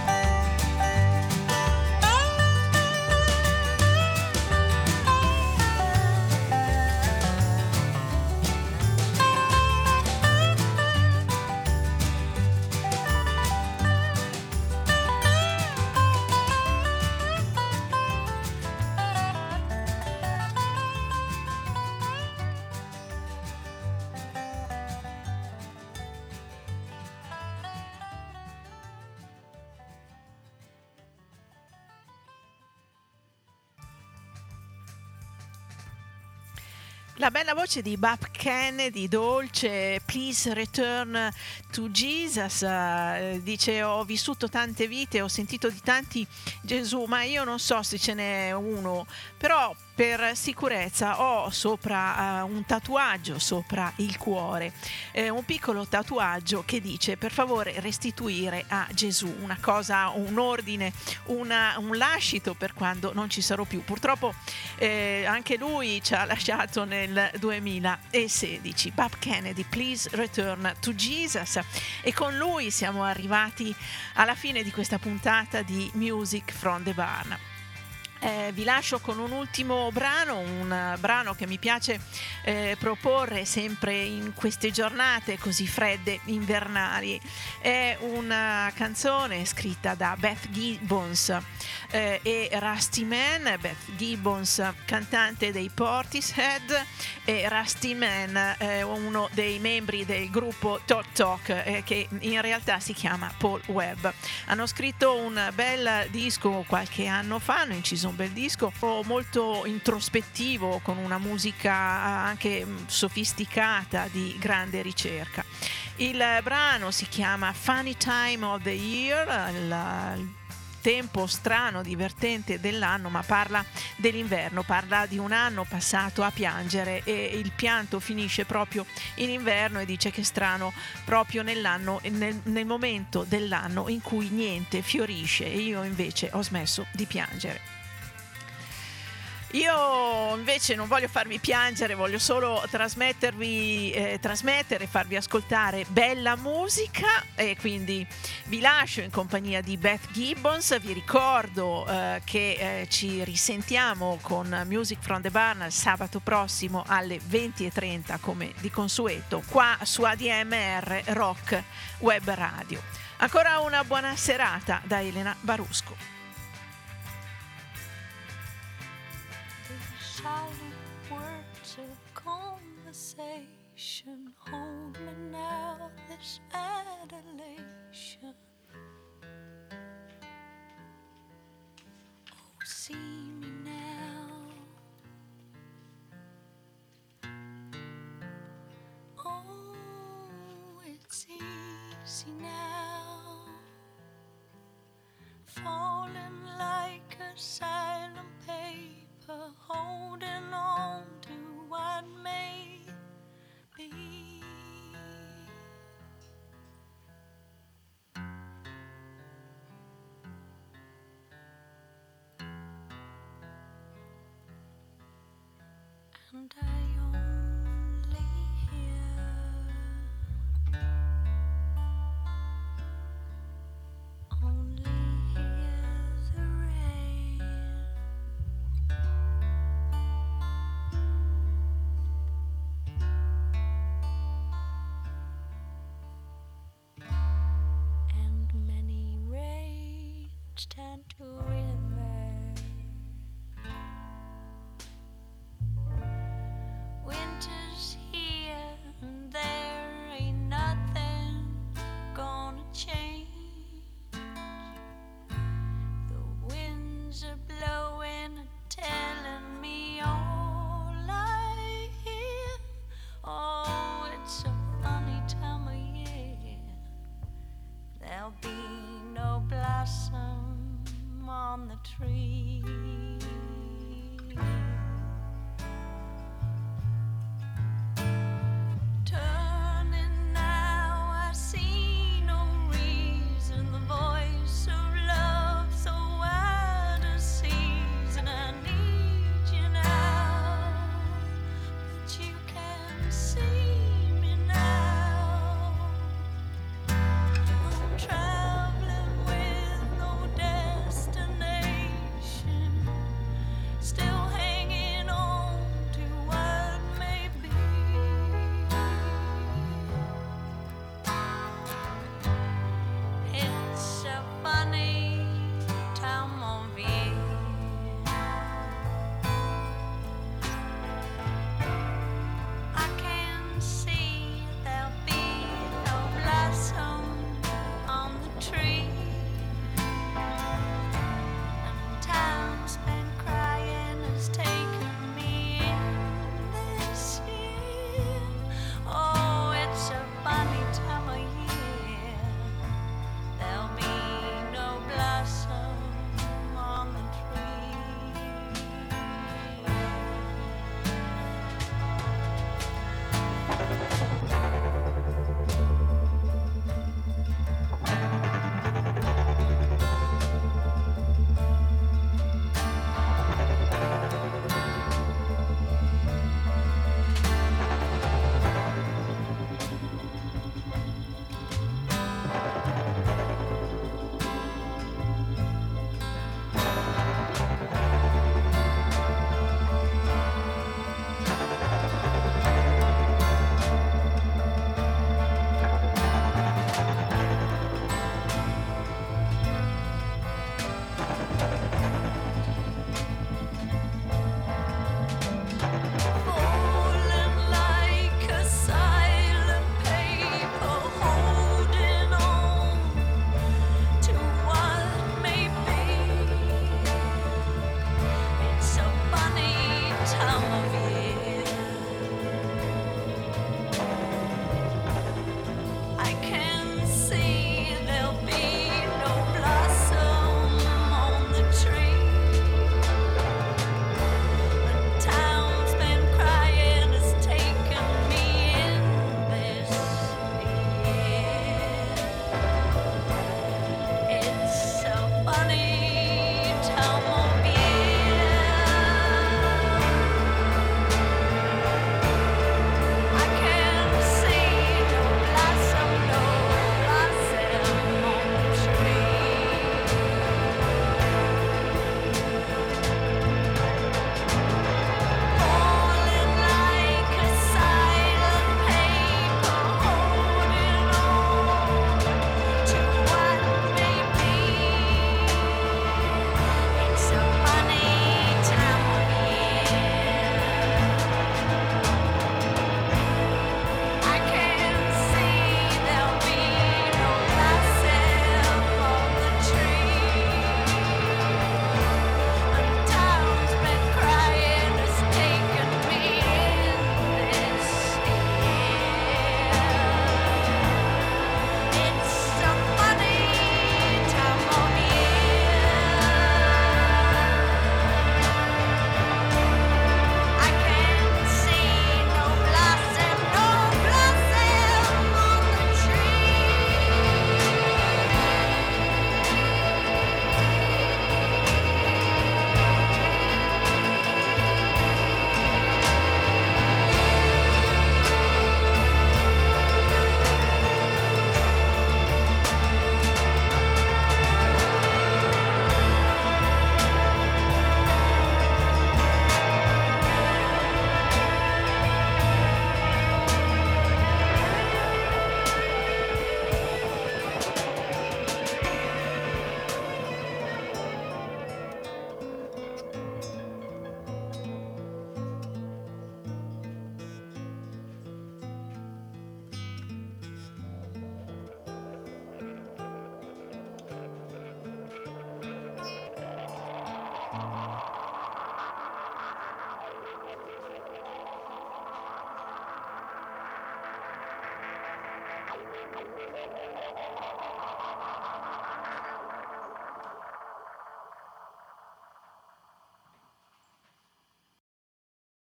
La bella voce di Bob Kennedy, dolce, Please Return to Jesus. Dice: ho vissuto tante vite, ho sentito di tanti Gesù, ma io non so se ce n'è uno, però per sicurezza ho sopra un tatuaggio sopra il cuore, un piccolo tatuaggio che dice: per favore restituire a Gesù, una cosa, un ordine, un lascito per quando non ci sarò più. Purtroppo anche lui ci ha lasciato nel 2016. Bob Kennedy, Please Return to Jesus. E con lui siamo arrivati alla fine di questa puntata di Music from the Barn. Vi lascio con un ultimo brano, un brano che mi piace proporre sempre in queste giornate così fredde, invernali. È una canzone scritta da Beth Gibbons e Rusty Man. Beth Gibbons, cantante dei Portishead, e Rusty Man, uno dei membri del gruppo Talk Talk, che in realtà si chiama Paul Webb. Hanno scritto un bel disco qualche anno fa, hanno inciso un bel disco molto introspettivo, con una musica anche sofisticata, di grande ricerca. Il brano si chiama Funny Time of the Year, il tempo strano, divertente dell'anno, ma parla dell'inverno, parla di un anno passato a piangere, e il pianto finisce proprio in inverno, e dice che è strano proprio nell'anno, nel momento dell'anno in cui niente fiorisce, e io invece ho smesso di piangere. Io invece non voglio farvi piangere, voglio solo trasmettere e farvi ascoltare bella musica, e quindi vi lascio in compagnia di Beth Gibbons. Vi ricordo che ci risentiamo con Music from the Barn sabato prossimo alle 20:30 come di consueto qua su ADMR Rock Web Radio. Ancora una buona serata da Elena Barusco. Silent words of conversation hold me now, this adulation. Oh, see me now. Oh, it's easy now, falling like a silent paper, holding on to what may be. And I only hear the rain. And many rains turn to rivers. Winter's here and there ain't nothing gonna change. The winds are blowing and telling me all I hear. Oh, it's a funny time of year. There'll be no blossom on the tree. Turning now, I see no reason. The voice of love so wide a season. I need you now, but you can see me now. I'm traveling with no destination, still hanging on to what may be. It's a funny time of year. I can see there'll be no blossom on the tree, and time spent crying has taken me in this year. Oh, it's a funny time of year. There'll be no blossom on the tree. Falling like a silent paper, holding on to what may be. It's a funny time of year. I can